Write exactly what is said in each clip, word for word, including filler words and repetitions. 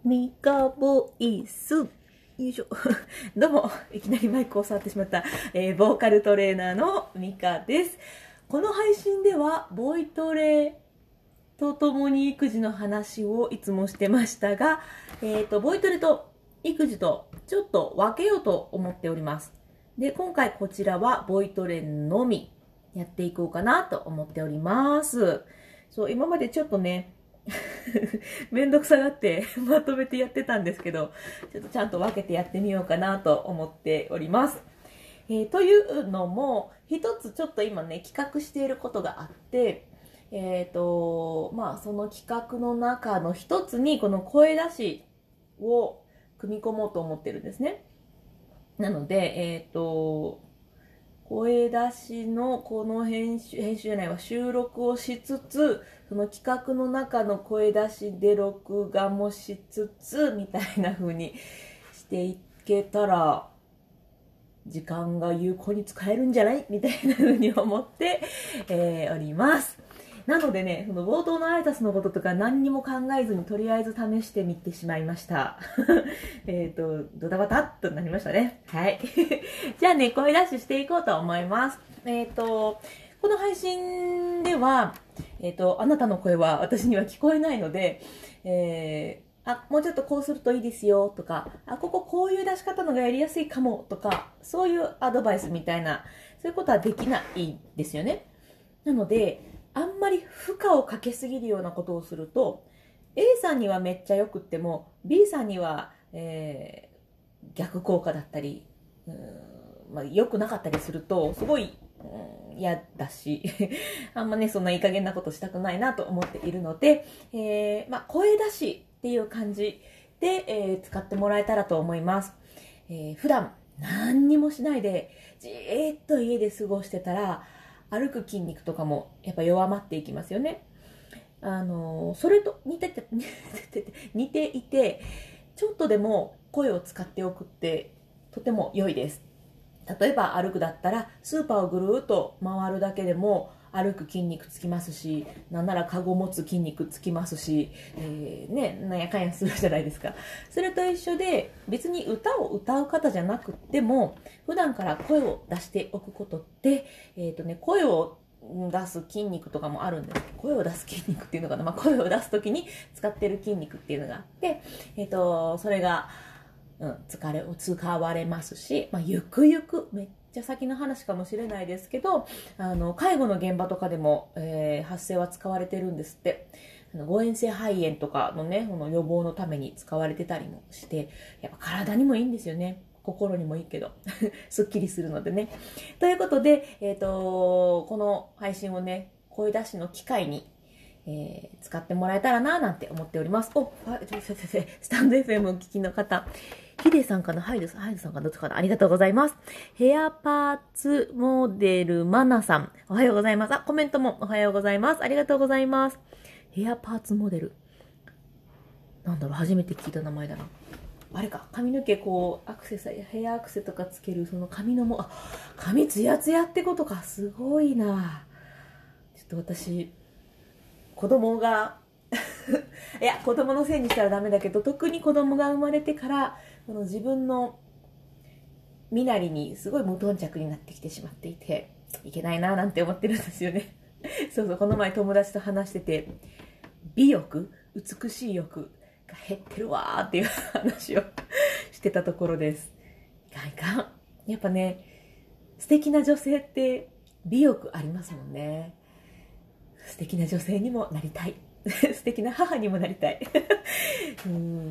ミカボイス。よいしょ。どうも、いきなりマイクを触ってしまった、えー、ボーカルトレーナーのミカです。この配信では、ボイトレとともに育児の話をいつもしてましたが、えっと、ボイトレと育児とちょっと分けようと思っております。で、今回こちらはボイトレのみやっていこうかなと思っております。そう、今までちょっとね、めんどくさがってまとめてやってたんですけど、ちょっとちゃんと分けてやってみようかなと思っております。えー、というのも、一つちょっと今ね、企画していることがあって、えっと、まあその企画の中の一つにこの声出しを組み込もうと思ってるんですね。なので、えっと、声出しのこの編集、編集じゃないわ、収録をしつつ、その企画の中の声出しで録画もしつつ、みたいな風にしていけたら、時間が有効に使えるんじゃないみたいな風に思って、えー、おります。なのでね、その冒頭の挨拶のこととか何にも考えずにとりあえず試してみてしまいました。えっと、ドタバタっとなりましたね。はい。じゃあね、声出ししていこうと思います。えっと、この配信では、えっと、あなたの声は私には聞こえないので、えーあ、もうちょっとこうするといいですよとか、あ、こここういう出し方のがやりやすいかもとか、そういうアドバイスみたいな、そういうことはできないですよね。なので、あんまり負荷をかけすぎるようなことをすると、A さんにはめっちゃよくっても、B さんには、えー、逆効果だったり、うーんまあ、良くなかったりすると、すごい嫌だし、あんまね、そんないい加減なことしたくないなと思っているので、えーまあ、声出しっていう感じで、えー、使ってもらえたらと思います。えー、普段何にもしないでじーっと家で過ごしてたら、歩く筋肉とかもやっぱ弱まっていきますよね。あのー、それと似てて、似てて、似ていて、ちょっとでも声を使っておくってとても良いです。例えば歩くだったらスーパーをぐるーっと回るだけでも歩く筋肉つきますし、なんならカゴ持つ筋肉つきますし、えー、ね、なんやかんやするじゃないですか。それと一緒で、別に歌を歌う方じゃなくっても、普段から声を出しておくことって、えっとね、声を出す筋肉とかもあるんです。声を出す筋肉っていうのかな、まあ、声を出すときに使ってる筋肉っていうのがあって、えっと、それが、うん、疲れを使われますし、まあ、ゆくゆくめっちゃ先の話かもしれないですけど、あの介護の現場とかでも、えー、発声は使われてるんですって。あの誤嚥性肺炎とかのね、この予防のために使われてたりもして、やっぱ体にもいいんですよね。心にもいいけどすっきりするのでね。ということで、えーと、この配信をね、声出しの機会にえー、使ってもらえたらななんて思っております。お、スタンド エフエム をお聞きの方、ヒデさんかな、ハイドハイドさんかな、どっちかな、ありがとうございます。ヘアパーツモデルマナさん、おはようございます。あ、コメントもおはようございます。ありがとうございます。ヘアパーツモデル。なんだろう、初めて聞いた名前だな。あれか、髪の毛こう、アクセサリー、ヘアアクセとかつける、その髪のも、あ、髪ツヤツヤってことか、すごいな。ちょっと私、子供がいや子供のせいにしたらダメだけど、特に子供が生まれてからこの自分の身なりにすごい無頓着になってきてしまっていて、いけないななんて思ってるんですよねそうそう、この前友達と話してて、美欲、美しい欲が減ってるわーっていう話をしてたところです。いかんいかん、やっぱね、素敵な女性って美欲ありますもんね。素敵な女性にもなりたい素敵な母にもなりたいうん、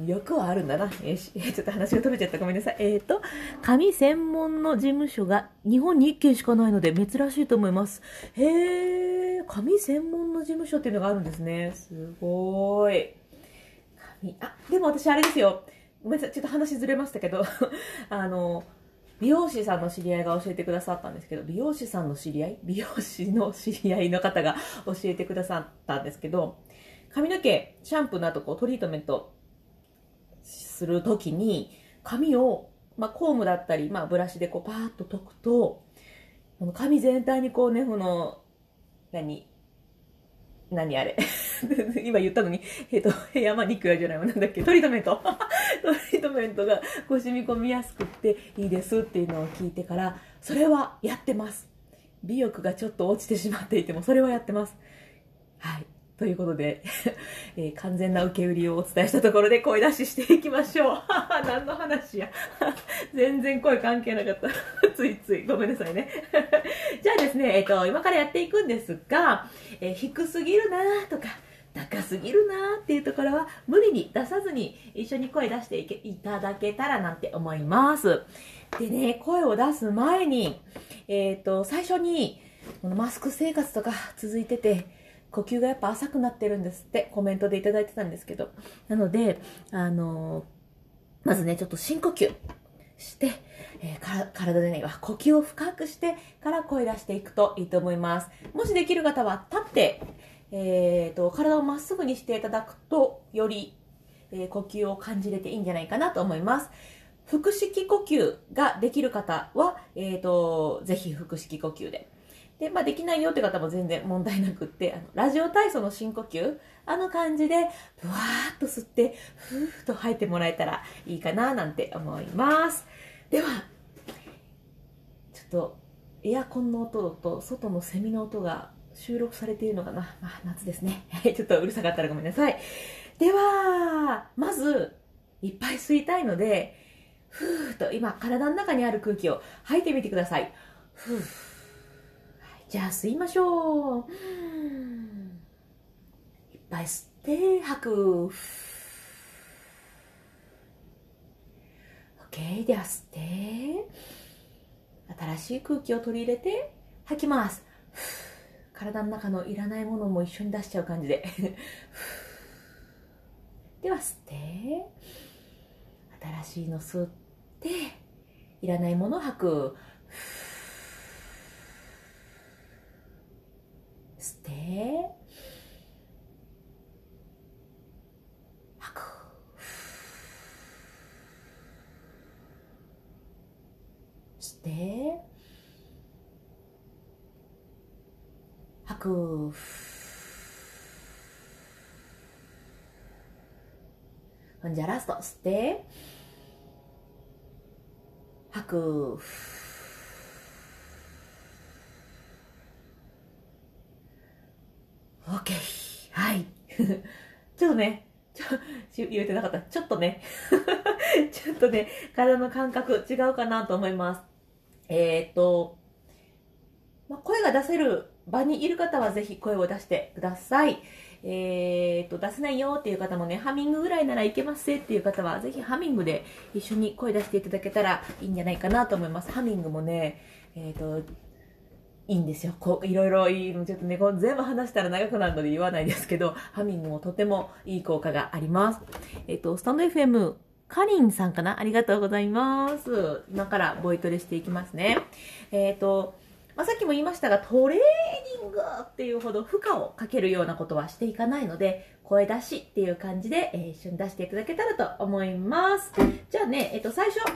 欲はあるんだな。よし、ちょっと話が飛べちゃった。ごめんなさい。えっと、紙専門の事務所が日本にいっけんしかないので珍しいと思います。へえ、紙専門の事務所っていうのがあるんですね。すごーい。紙、あ、でも私あれですよ。ごめんなさい。ちょっと話ずれましたけど、あの、美容師さんの知り合いが教えてくださったんですけど、美容師さんの知り合い美容師の知り合いの方が教えてくださったんですけど、髪の毛、シャンプーの後こうトリートメントするときに、髪を、まあ、コームだったり、まあ、ブラシでこうパーッと解くと、この髪全体にこうね、この、何何あれ今言ったのに、えっと、山に行くやじゃないわ。なんだっけ、トリートメント。トリートメントがこう染み込みやすくっていいですっていうのを聞いてから、それはやってます。美欲がちょっと落ちてしまっていても、それはやってます。はい。ということで、えー、完全な受け売りをお伝えしたところで声出ししていきましょう。何の話や。全然声関係なかった。ついつい。ごめんなさいね。じゃあですね、えっと、今からやっていくんですが、えー、低すぎるなとか、高すぎるなっていうところは無理に出さずに一緒に声出していけいただけたらなんて思います。でね、声を出す前に、えっと、最初に、このマスク生活とか続いてて、呼吸がやっぱ浅くなってるんですってコメントでいただいてたんですけど、なので、あのー、まずね、ちょっと深呼吸して、えー、か体でね、呼吸を深くしてから声出していくといいと思います。もしできる方は立って、えーと、体をまっすぐにしていただくと、より、えー、呼吸を感じれていいんじゃないかなと思います。腹式呼吸ができる方は、えーと、ぜひ腹式呼吸で。で、まあ、できないよって方も全然問題なくって、あのラジオ体操の深呼吸、あの感じで、ふわーっと吸って、ふーっと吐いてもらえたらいいかななんて思います。では、ちょっと、エアコンの音と外のセミの音が収録されているのかな。まあ、夏ですね。ちょっとうるさかったらごめんなさい。では、まず、いっぱい吸いたいので、ふーっと今、体の中にある空気を吐いてみてください。ふー。じゃあ吸いましょう。いっぱい吸って吐く。OK。では吸って、新しい空気を取り入れて吐きます。体の中のいらないものも一緒に出しちゃう感じで。では吸って、新しいの吸って、いらないものを吐く。吸って吐く。吸って吐く。ほんじゃラスト吸って吐く。OK。はい。ちょっとね、ちょ、言えてなかった。ちょっとね、ちょっとね、体の感覚違うかなと思います。えー、っと、まあ、声が出せる場にいる方はぜひ声を出してください。えー、っと、出せないよっていう方もね、ハミングぐらいならいけますぜっていう方は、ぜひハミングで一緒に声出していただけたらいいんじゃないかなと思います。ハミングもね、えー、っと、いいんですよ。こう、いろいろいいの、ちょっとね、こう全部話したら長くなるので言わないですけど、ハミングもとてもいい効果があります。えっと、スタンド エフエム、かりんさんかなありがとうございます。今からボイトレしていきますね。えっと、まあ、さっきも言いましたが、トレーニングっていうほど負荷をかけるようなことはしていかないので、声出しっていう感じで、えー、一緒に出していただけたらと思います。じゃあね、えっと、最初、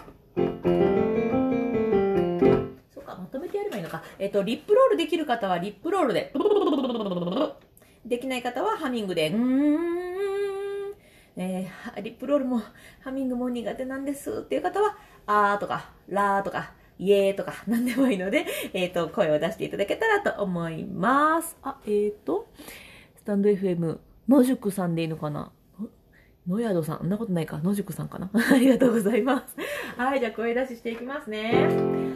まとめてやればいいのか。えっと、リップロールできる方はリップロールで。できない方はハミングで。うーん。えー、リップロールもハミングも苦手なんですっていう方は、あーとか、ラーとか、イエーとか、なんでもいいので、えっと、声を出していただけたらと思います。あ、えっと、スタンド エフエム、野宿さんでいいのかな野宿さん、そんなことないか。野宿さんかなありがとうございます。はい、じゃあ声出ししていきますね。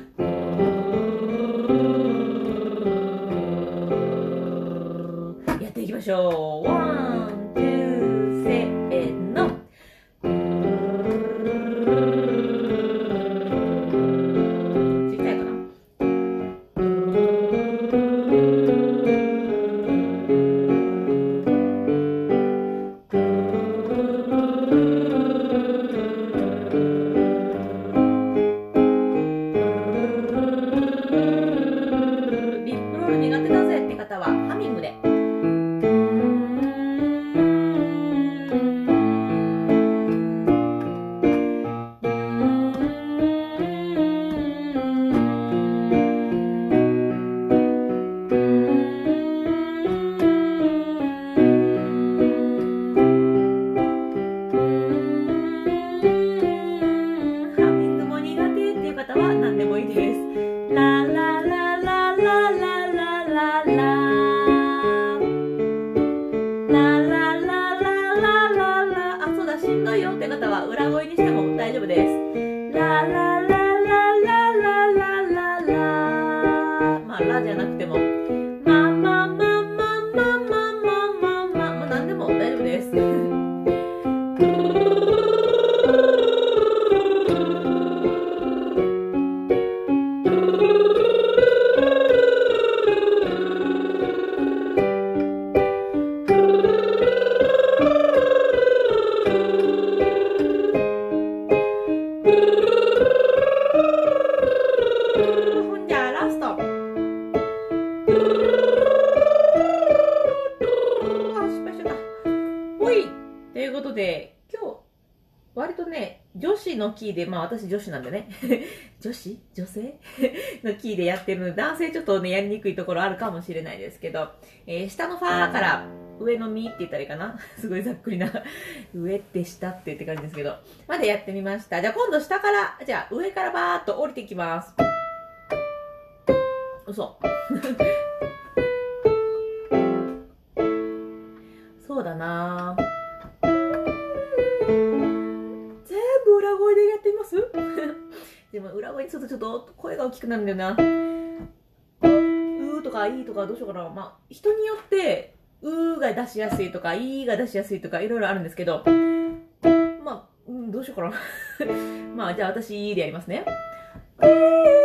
やっていきましょう。ワン、ツー、せーの。ちっちゃいかな。リップロール苦手だぜって方はハミングで。 方は裏声にしても大丈夫です。ラララララララララ、まあラじゃなくても、マママママママママ、まあ何でも大丈夫です。ということで、今日、割とね、女子のキーで、まあ私女子なんでね、女子女性のキーでやってるので、男性ちょっとね、やりにくいところあるかもしれないですけど、えー、下のファーから上のミって言ったらいいかなすごいざっくりな。上って下ってって感じですけど、までやってみました。じゃあ今度下から、じゃあ上からバーっと降りていきます。嘘。そうだなぁ。裏声でやってみますでも裏声にするとちょっと声が大きくなるんだよな。うーとかいいとかどうしようかな。まあ人によってうーが出しやすいとかいいが出しやすいとかいろいろあるんですけど、まあ、うん、どうしようかなまあじゃあ私いいでやりますね。えー、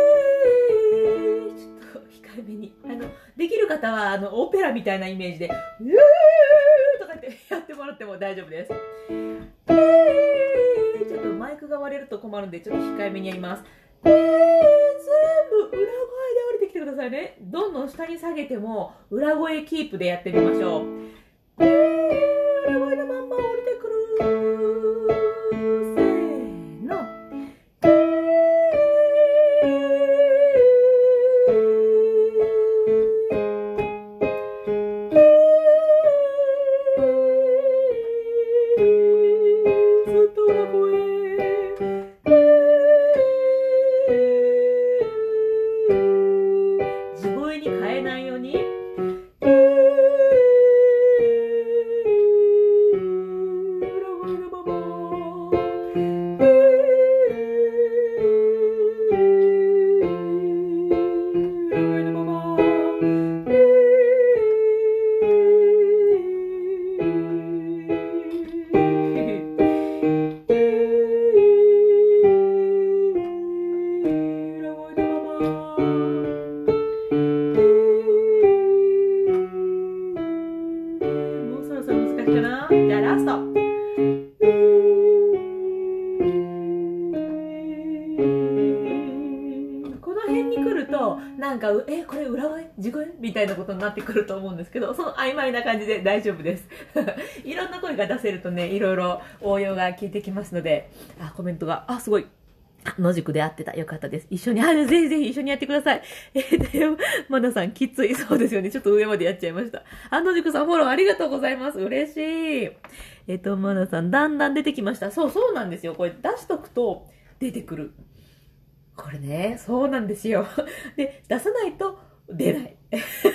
ちょっと控えめに、あのできる方はあのオペラみたいなイメージでうーとか言ってやってもらっても大丈夫です。えー、ちょっとマイクが割れると困るんでちょっと控えめにやります。えー、全部裏声で降りてきてくださいね。どんどん下に下げても裏声キープでやってみましょう。えー、裏声のまんま降りてくる。せーの。なんかえこれ裏声地声みたいなことになってくると思うんですけど、その曖昧な感じで大丈夫ですいろんな声が出せるとね、いろいろ応用が効いてきますので、あコメントがあすごい野宿で合ってた。よかったです。一緒に、あ、ぜひぜひ一緒にやってください。えー、で、まなさん、きつい。そうですよね。ちょっと上までやっちゃいました。あ、野宿さん、フォローありがとうございます。嬉しい。えっと、まなさん、だんだん出てきました。そう、そうなんですよ。これ出しとくと出てくる。これね、そうなんですよ。で、出さないと出ない。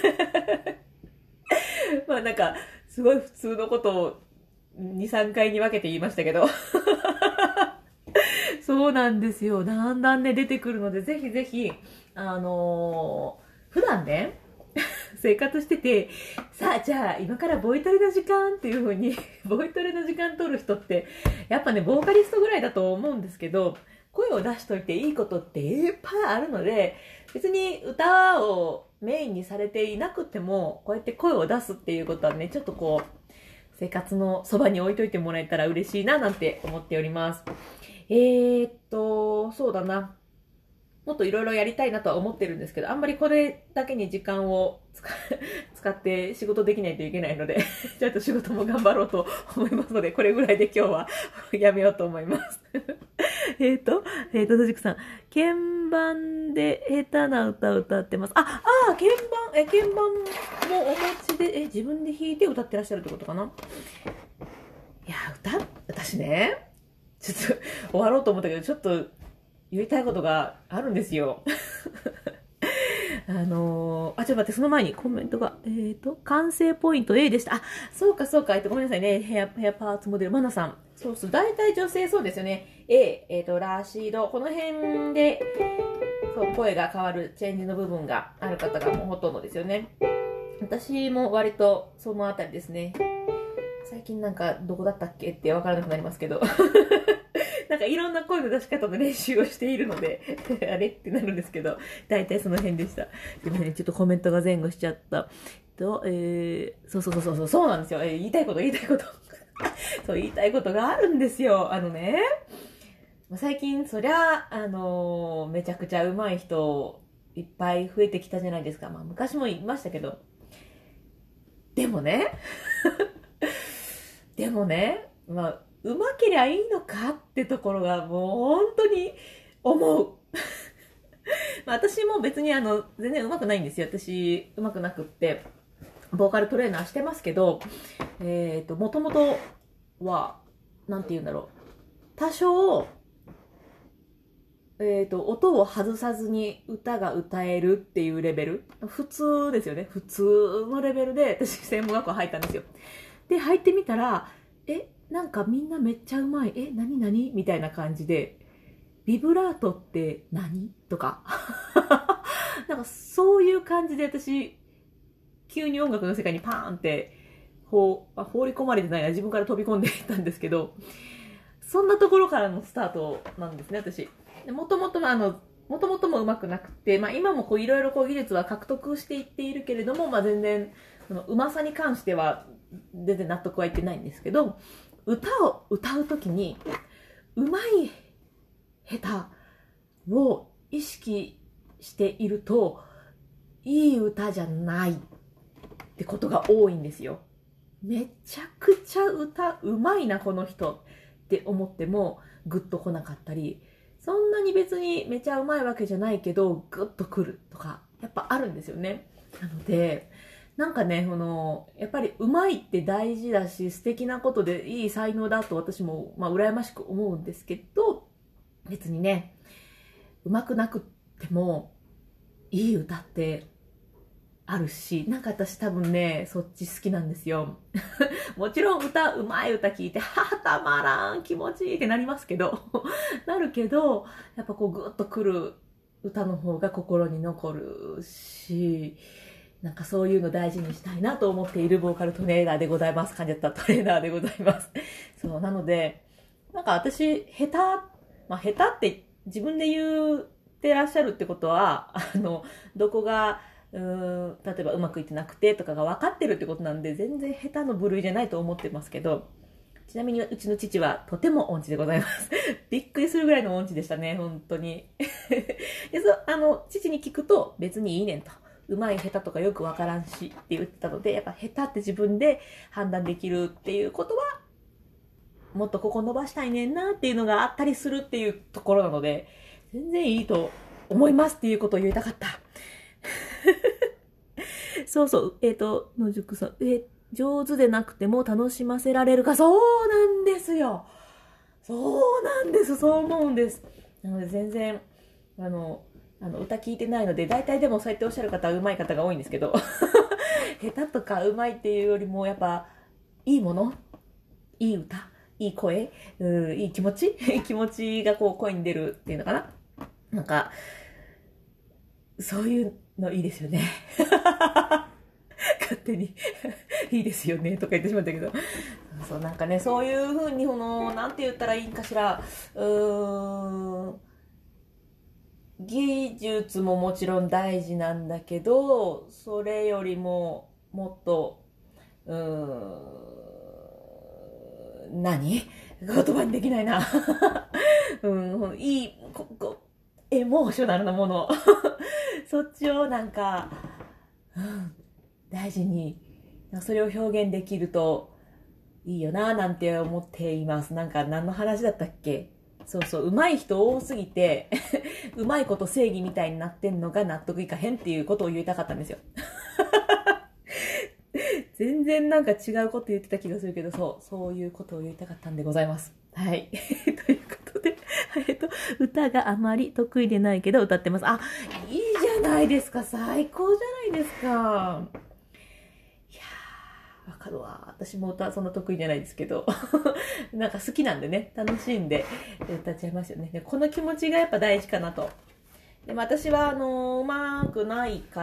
まあなんか、すごい普通のことをに、さんかいに分けて言いましたけど。そうなんですよ。だんだんね、出てくるので、ぜひぜひ、あのー、普段ね、生活してて、さあ、じゃあ、今からボイトレの時間っていう風に、ボイトレの時間取る人って、やっぱね、ボーカリストぐらいだと思うんですけど、声を出しといていいことっていっぱいあるので、別に歌をメインにされていなくても、こうやって声を出すっていうことはね、ちょっとこう、生活のそばに置いといてもらえたら嬉しいななんて思っております。えーっと、そうだな。もっといろいろやりたいなとは思ってるんですけど、あんまりこれだけに時間を使使って仕事できないといけないので、ちょっと仕事も頑張ろうと思いますので、これぐらいで今日はやめようと思います。えっと、えっと、とじくさん、鍵盤で下手な歌を歌ってます。あ、あ、鍵盤、え、鍵盤もお持ちで、え、自分で弾いて歌ってらっしゃるってことかな。いや、歌、私ね、ちょっと終わろうと思ったけど、ちょっと言いたいことがあるんですよ。 あのー、あ、ちょっと待って、その前にコメントが、えーと、完成ポイント A でした。あ、そうかそうか、えっと、ごめんなさいね。ヘア、ヘアパーツモデル、マナさん。そうそう、大体女性そうですよね。A、えっと、ラシード、この辺で、そう、声が変わるチェンジの部分がある方がもうほとんどですよね。私も割とそのあたりですね。最近なんかどこだったっけってわからなくなりますけど。なんかいろんな声の出し方の練習をしているので、あれってなるんですけど、大体その辺でした。すいません、ちょっとコメントが前後しちゃった。と、えー、そうそうそうそう、そうなんですよ。えー、言いたいこと、言いたいこと。そう、言いたいことがあるんですよ。あのね、最近、そりゃ、あのーめちゃくちゃ上手い人、いっぱい増えてきたじゃないですか。まあ、昔も言いましたけど。でもね、でもね、まあ、うまけりゃいいのかってところがもう本当に思う。まあ私も別にあの、全然うまくないんですよ。私、うまくなくって、ボーカルトレーナーしてますけど、えっと、もともとは、なんて言うんだろう。多少、えっと、音を外さずに歌が歌えるっていうレベル。普通ですよね。普通のレベルで私専門学校入ったんですよ。で、入ってみたら、え、なんかみんなめっちゃうまい。え、なになにみたいな感じで、ビブラートって何とか。なんかそういう感じで私、急に音楽の世界にパーンって、放放り込まれてないな、自分から飛び込んでいったんですけど、そんなところからのスタートなんですね、私。もともとあの、もともとも上手くなくて、まあ今もこういろいろこう技術は獲得していっているけれども、まあ全然、その上手さに関しては全然納得はいってないんですけど、歌を歌うときに、うまい下手を意識していると、いい歌じゃないってことが多いんですよ。めちゃくちゃ歌うまいな、この人って思っても、グッと来なかったり、そんなに別にめちゃうまいわけじゃないけど、グッと来るとか、やっぱあるんですよね。なので、なんかね、この、やっぱりうまいって大事だし、素敵なことでいい才能だと私も、まあ、羨ましく思うんですけど、別にね、うまくなくっても、いい歌ってあるし、なんか私多分ね、そっち好きなんですよ。もちろん歌、うまい歌聞いて、はぁ、たまらん、気持ちいいってなりますけど、なるけど、やっぱこうグッとくる歌の方が心に残るし、なんかそういうの大事にしたいなと思っているボーカルトレーナーでございます。感じたトレーナーでございます。そう、なので、なんか私、下手、まあ下手って自分で言ってらっしゃるってことは、あの、どこが、うーん、例えばうまくいってなくてとかが分かってるってことなんで、全然下手の部類じゃないと思ってますけど、ちなみにうちの父はとても音痴でございます。びっくりするぐらいの音痴でしたね、本当に。でそあの父に聞くと別にいいねんと。うまい下手とかよくわからんしって言ってたので、やっぱ下手って自分で判断できるっていうことは、もっとここ伸ばしたいねんなっていうのがあったりするっていうところなので、全然いいと思いますっていうことを言いたかった。そうそう、えっ、ー、と、野宿さん、えー、上手でなくても楽しませられるか、そうなんですよ。そうなんです、そう思うんです。なので全然、あの、あの歌聞いてないので、大体でもそうやっておっしゃる方は上手い方が多いんですけど、下手とか上手いっていうよりも、やっぱ、いいもの、いい歌、いい声、うん、いい気持ち気持ちがこう声に出るっていうのかな。なんか、そういうのいいですよね。勝手にいいですよねとか言ってしまったけど、そうなんかね、そういう風にこのなんて言ったらいいんかしら、うーん、技術ももちろん大事なんだけど、それよりももっとうーん、何言葉にできないな、うん、いいここエモーショナルなものそっちをなんか、うん、大事にそれを表現できるといいよななんて思っています。なんか何の話だったっけ。そうそう、上手い人多すぎてうまいこと正義みたいになってんのが納得いかへんっていうことを言いたかったんですよ全然なんか違うこと言ってた気がするけど、そうそういうことを言いたかったんでございます。はいということで、えっと、歌があまり得意でないけど歌ってます。あ、いいじゃゃないですか。最高じゃないですか。いやー、わかるわ。私も歌そんな得意じゃないですけど。なんか好きなんでね、楽しんで歌っちゃいますよね。でこの気持ちがやっぱ大事かなと。でも私は、あのー、うまくないから、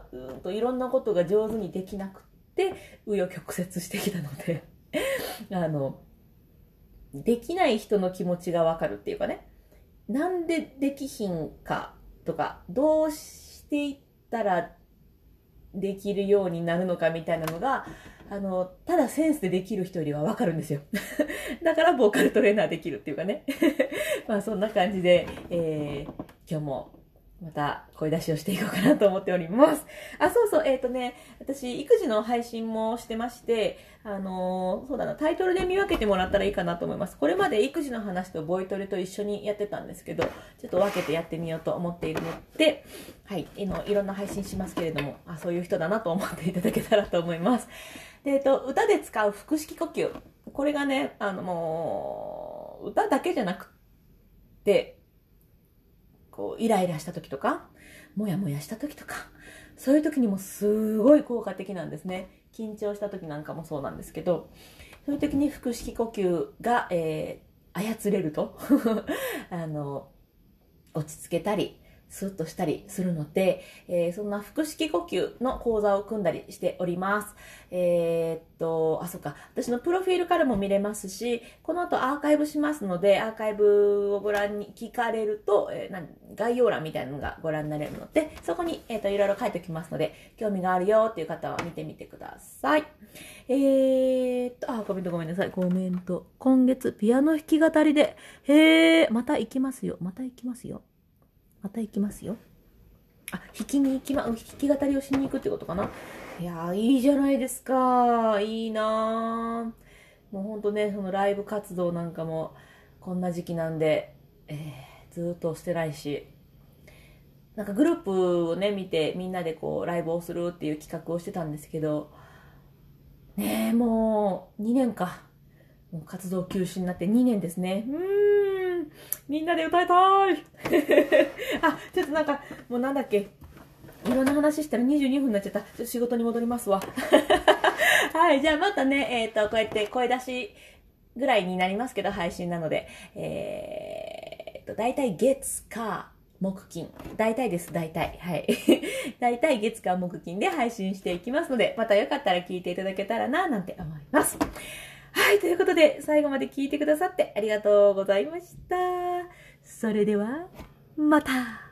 うんといろんなことが上手にできなくて、紆余曲折してきたので、あの、できない人の気持ちがわかるっていうかね、なんでできひんかとか、どうしていったらできるようになるのかみたいなのが、あの、ただセンスでできる人よりはわかるんですよ。だからボーカルトレーナーできるっていうかね。まあそんな感じで、えー、今日もまた声出しをしていこうかなと思っております。あ、そうそう、えっとね、私、育児の配信もしてまして、あのー、そうだな、タイトルで見分けてもらったらいいかなと思います。これまで育児の話とボイトレと一緒にやってたんですけど、ちょっと分けてやってみようと思っているので、はい、いのいろんな配信しますけれども、あ、そういう人だなと思っていただけたらと思います。で、えっと、歌で使う腹式呼吸。これがね、あの、もう、歌だけじゃなくて、こうイライラした時とかもやもやした時とかそういう時にもすごい効果的なんですね。緊張した時なんかもそうなんですけど、そういう時に腹式呼吸が、えー、操れるとあの落ち着けたりスッとしたりするので、えー、そんな腹式呼吸の講座を組んだりしております。えー、っと、あ、そっか。私のプロフィールからも見れますし、この後アーカイブしますので、アーカイブをご覧に聞かれると、えー、なん概要欄みたいなのがご覧になれるので、そこに、えー、っといろいろ書いておきますので、興味があるよっていう方は見てみてください。えー、っと、あ、コメントごめんなさい。コメント。今月ピアノ弾き語りで、へー、また行きますよ。また行きますよ。また行きますよ。あ、弾きに行きま、弾き語りをしに行くってことかな。いやー、いいじゃないですか。いいなー。もうほんとね、そのライブ活動なんかも、こんな時期なんで、えー、ずーっとしてないし、なんかグループをね、見て、みんなでこう、ライブをするっていう企画をしてたんですけど、ねえ、もう、にねんか。もう活動休止になってにねんですね。うーん。みんなで歌いたいあ、ちょっとなんか、もうなんだっけ。いろんな話したらにじゅうにふんになっちゃった。ちょっと仕事に戻りますわ。はい、じゃあまたね、えっと、こうやって声出しぐらいになりますけど、配信なので、えー、っと、だいたい月、火、木金。大体です、大体。はい。大体月間木金で配信していきますので、またよかったら聞いていただけたらな、なんて思います。はい、ということで、最後まで聞いてくださってありがとうございました。それでは、また。